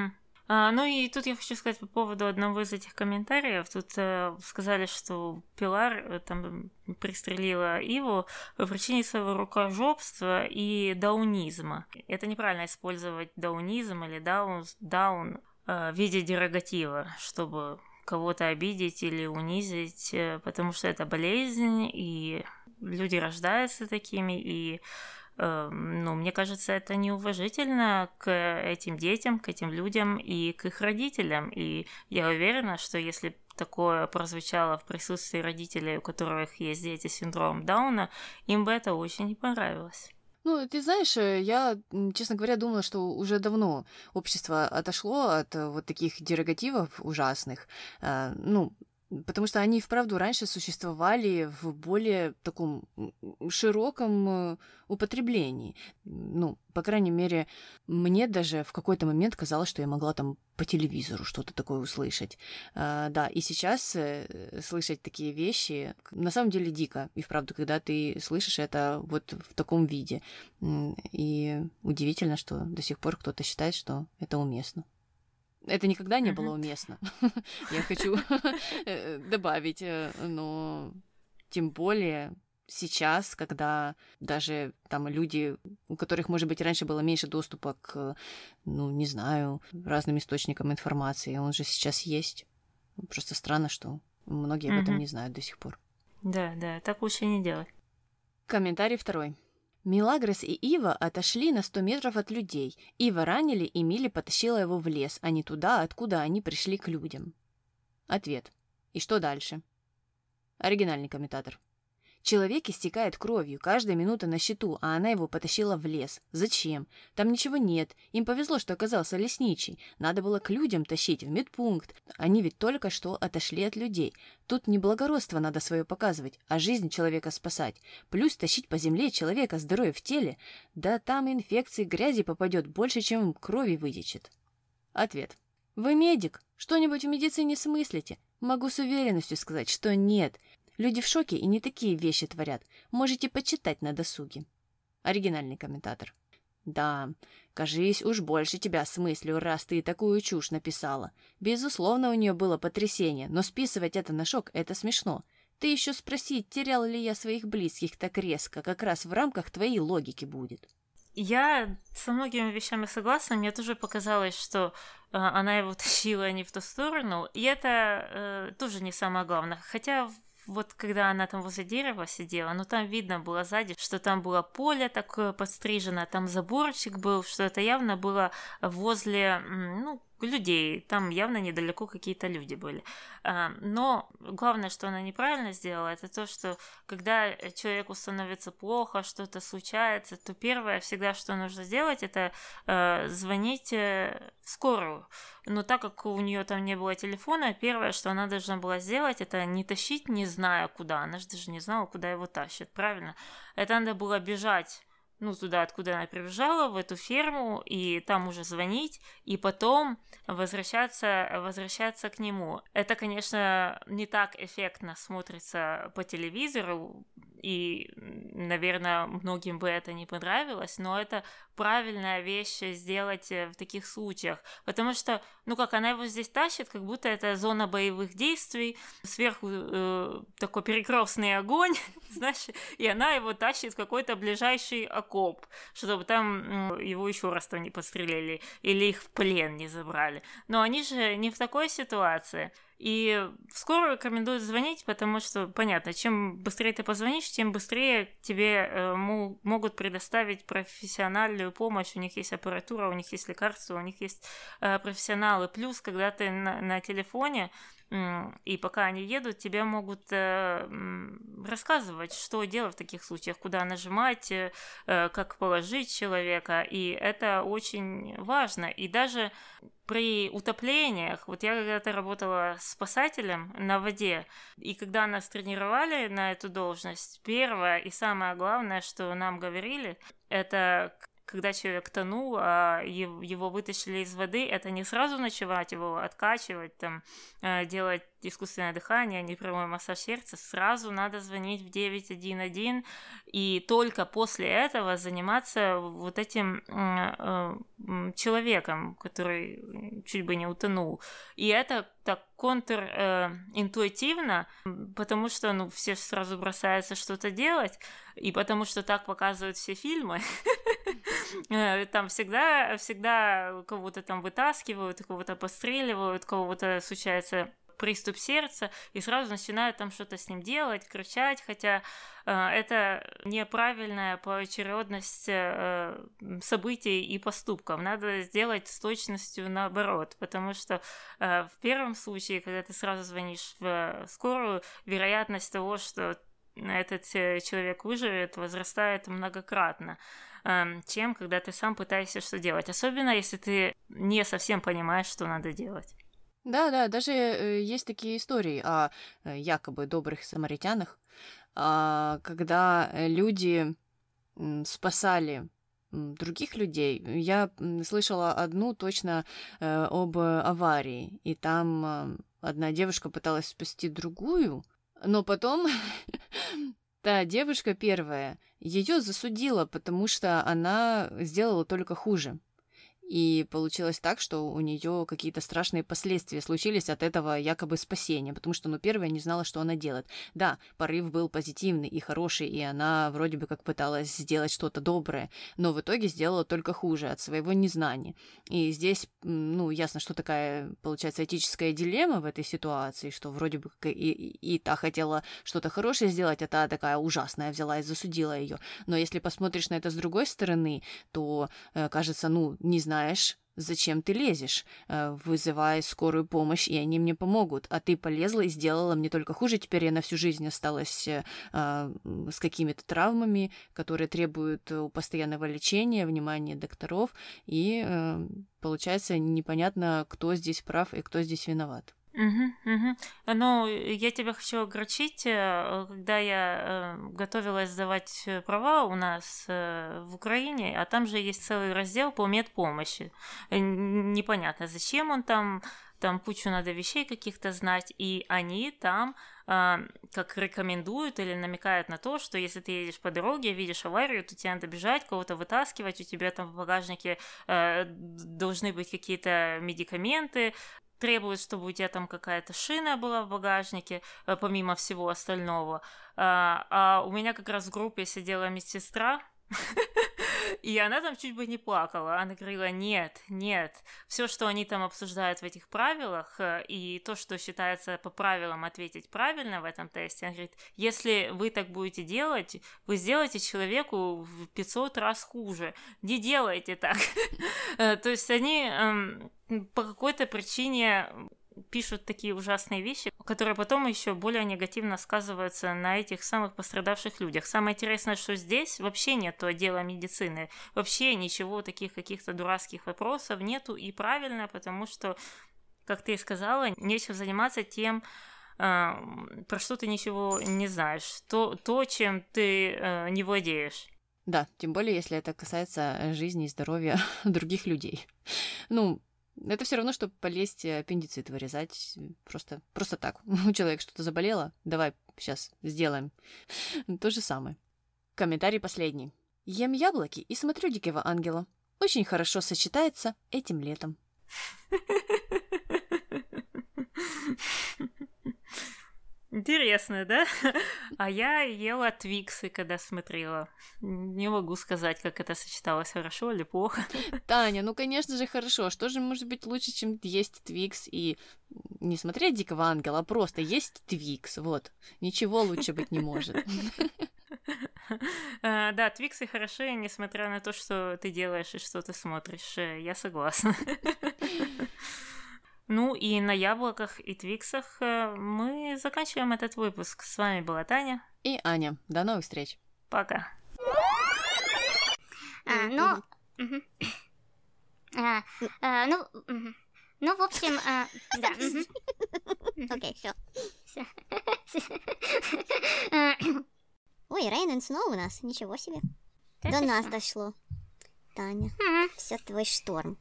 И тут я хочу сказать по поводу одного из этих комментариев. Тут сказали, что Пилар там пристрелила Иву по причине своего рукожопства и даунизма. Это неправильно использовать даунизм или даун в виде дерогатива, чтобы кого-то обидеть или унизить, потому что это болезнь, и люди рождаются такими, и мне кажется, это неуважительно к этим детям, к этим людям и к их родителям. И я уверена, что если такое прозвучало в присутствии родителей, у которых есть дети с синдромом Дауна, им бы это очень не понравилось. Ты знаешь, я, честно говоря, думала, что уже давно общество отошло от вот таких дерогативов ужасных. Потому что они, вправду, раньше существовали в более таком широком употреблении. По крайней мере, мне даже в какой-то момент казалось, что я могла там по телевизору что-то такое услышать. Да, и сейчас слышать такие вещи на самом деле дико. И вправду, когда ты слышишь это вот в таком виде. И удивительно, что до сих пор кто-то считает, что это уместно. Это никогда не было уместно. Я хочу добавить, но тем более сейчас, когда даже там люди, у которых, может быть, раньше было меньше доступа к, ну, не знаю, разным источникам информации, он же сейчас есть. Просто странно, что многие об этом не знают до сих пор. Да, так лучше не делать. Комментарий 2. Милагрос и Ива отошли на 100 метров от людей. Ива ранили, и Милли потащила его в лес, а не туда, откуда они пришли к людям. Ответ. И что дальше? Оригинальный комментатор. Человек истекает кровью, каждая минута на счету, а она его потащила в лес. Зачем? Там ничего нет. Им повезло, что оказался лесничий. Надо было к людям тащить, в медпункт. Они ведь только что отошли от людей. Тут не благородство надо свое показывать, а жизнь человека спасать. Плюс тащить по земле человека здоровье в теле. Да там инфекции грязи попадет больше, чем крови вытечет. Ответ. Вы медик? Что-нибудь в медицине смыслите? Могу с уверенностью сказать, что нет. Люди в шоке и не такие вещи творят. Можете почитать на досуге. Оригинальный комментатор. Да, кажись, уж больше тебя смыслю, раз ты такую чушь написала. Безусловно, у нее было потрясение, но списывать это на шок — это смешно. Ты еще спроси, терял ли я своих близких так резко, как раз в рамках твоей логики будет. Я со многими вещами согласна. Мне тоже показалось, что она его тащила не в ту сторону. И это тоже не самое главное. Хотя вот когда она там возле дерева сидела, ну там видно было сзади, что там было поле такое подстрижено, там заборчик был, что это явно было возле, ну, людей, там явно недалеко какие-то люди были. Но главное, что она неправильно сделала, это то, что когда человеку становится плохо, что-то случается, то первое всегда, что нужно сделать, это звонить в скорую. Но так как у нее там не было телефона, первое, что она должна была сделать, это не тащить, не зная куда. Она же даже не знала, куда его тащат, правильно? Это надо было бежать, ну, туда, откуда она прибежала, в эту ферму, и там уже звонить, и потом возвращаться к нему. Это, конечно, не так эффектно смотрится по телевизору, и, наверное, многим бы это не понравилось, но это правильная вещь сделать в таких случаях, потому что, ну, как она его здесь тащит, как будто это зона боевых действий, сверху такой перекрестный огонь, знаешь, и она его тащит в какой-то ближайший окоп, чтобы там его еще раз там не подстрелили или их в плен не забрали. Но они же не в такой ситуации. И в скорую рекомендуют звонить, потому что, понятно, чем быстрее ты позвонишь, тем быстрее тебе могут предоставить профессиональную помощь. У них есть аппаратура, у них есть лекарства, у них есть профессионалы. Плюс, когда ты на телефоне, и пока они едут, тебе могут рассказывать, что делать в таких случаях, куда нажимать, как положить человека, и это очень важно. И даже при утоплениях, вот я когда-то работала спасателем на воде, и когда нас тренировали на эту должность, первое и самое главное, что нам говорили, это когда человек тонул, а его вытащили из воды, это не сразу начинать его откачивать, там, делать искусственное дыхание, непрямой массаж сердца, сразу надо звонить в 911, и только после этого заниматься вот этим человеком, который чуть бы не утонул. И это так контринтуитивно, потому что, ну, все сразу бросаются что-то делать, и потому что так показывают все фильмы. Там всегда кого-то там вытаскивают, кого-то подстреливают, кого-то случается приступ сердца, и сразу начинают там что-то с ним делать, кричать, хотя это неправильная поочередность событий и поступков. Надо сделать с точностью наоборот, потому что в первом случае, когда ты сразу звонишь в скорую, вероятность того, что этот человек выживет, возрастает многократно, чем когда ты сам пытаешься что делать. Особенно, если ты не совсем понимаешь, что надо делать. Да, даже есть такие истории о якобы добрых самаритянах, когда люди спасали других людей. Я слышала одну точно об аварии, и там одна девушка пыталась спасти другую, но потом та девушка первая ее засудила, потому что она сделала только хуже. И получилось так, что у нее какие-то страшные последствия случились от этого якобы спасения, потому что, первая не знала, что она делает. Да, порыв был позитивный и хороший, и она вроде бы как пыталась сделать что-то доброе, но в итоге сделала только хуже от своего незнания. И здесь, ясно, что такая, получается, этическая дилемма в этой ситуации, что вроде бы и та хотела что-то хорошее сделать, а та такая ужасная взяла и засудила ее. Но если посмотришь на это с другой стороны, то кажется, не знаешь, зачем ты лезешь, вызывай скорую помощь, и они мне помогут. А ты полезла и сделала мне только хуже. Теперь я на всю жизнь осталась с какими-то травмами, которые требуют постоянного лечения, внимания докторов. И получается непонятно, кто здесь прав и кто здесь виноват. Ну, я тебя хочу огорчить. Когда я готовилась сдавать права у нас в Украине, а там же есть целый раздел по медпомощи. Непонятно, зачем он там кучу надо вещей каких-то знать, и они там как рекомендуют или намекают на то, что если ты едешь по дороге, видишь аварию, то тебе надо бежать, кого-то вытаскивать, у тебя там в багажнике должны быть какие-то медикаменты, требует, чтобы у тебя там какая-то шина была в багажнике, помимо всего остального. А у меня как раз в группе сидела медсестра, и она там чуть бы не плакала. Она говорила, нет, все, что они там обсуждают в этих правилах, и то, что считается по правилам ответить правильно в этом тесте, она говорит, если вы так будете делать, вы сделаете человеку в 500 раз хуже. Не делайте так. То есть они по какой-то причине пишут такие ужасные вещи, которые потом еще более негативно сказываются на этих самых пострадавших людях. Самое интересное, что здесь вообще нету отдела медицины, вообще ничего, таких каких-то дурацких вопросов нету, и правильно, потому что, как ты и сказала, нечем заниматься тем, про что ты ничего не знаешь, то чем ты не владеешь. Да, тем более, если это касается жизни и здоровья других людей. Это все равно, что полезть аппендицит вырезать. Просто так. У человека что-то заболело. Давай сейчас сделаем. То же самое. Комментарий последний. Ем яблоки и смотрю «Дикого ангела». Очень хорошо сочетается этим летом. Интересно, да? А я ела твиксы, когда смотрела. Не могу сказать, как это сочеталось, хорошо или плохо. Таня, конечно же хорошо. Что же может быть лучше, чем есть твикс и не смотреть «Дикого ангела», а просто есть твикс. Вот. Ничего лучше быть не может. Да, твиксы хороши, несмотря на то, что ты делаешь и что ты смотришь. Я согласна. Ну и на яблоках и твиксах мы заканчиваем этот выпуск. С вами была Таня и Аня. До новых встреч. Пока. В общем, да. Окей, все. Ой, Рейнен снова у нас. Ничего себе. До нас дошло. Таня, все твой шторм.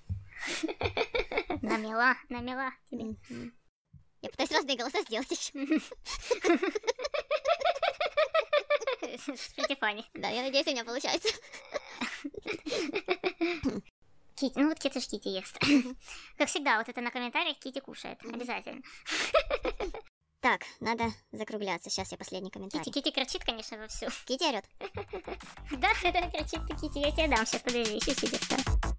Намела тебе. Я пытаюсь разные голоса сделать еще. Фани. Да, я надеюсь, у меня получается. Кити, вот Кити ж Кити ест. Как всегда, вот это на комментариях Кити кушает. Обязательно. Так, надо закругляться. Сейчас я последний комментарий. Кити кричит, конечно, вовсю. Кити орёт. Да, кричит Кити. Я тебе дам сейчас, подожди, еще Кити.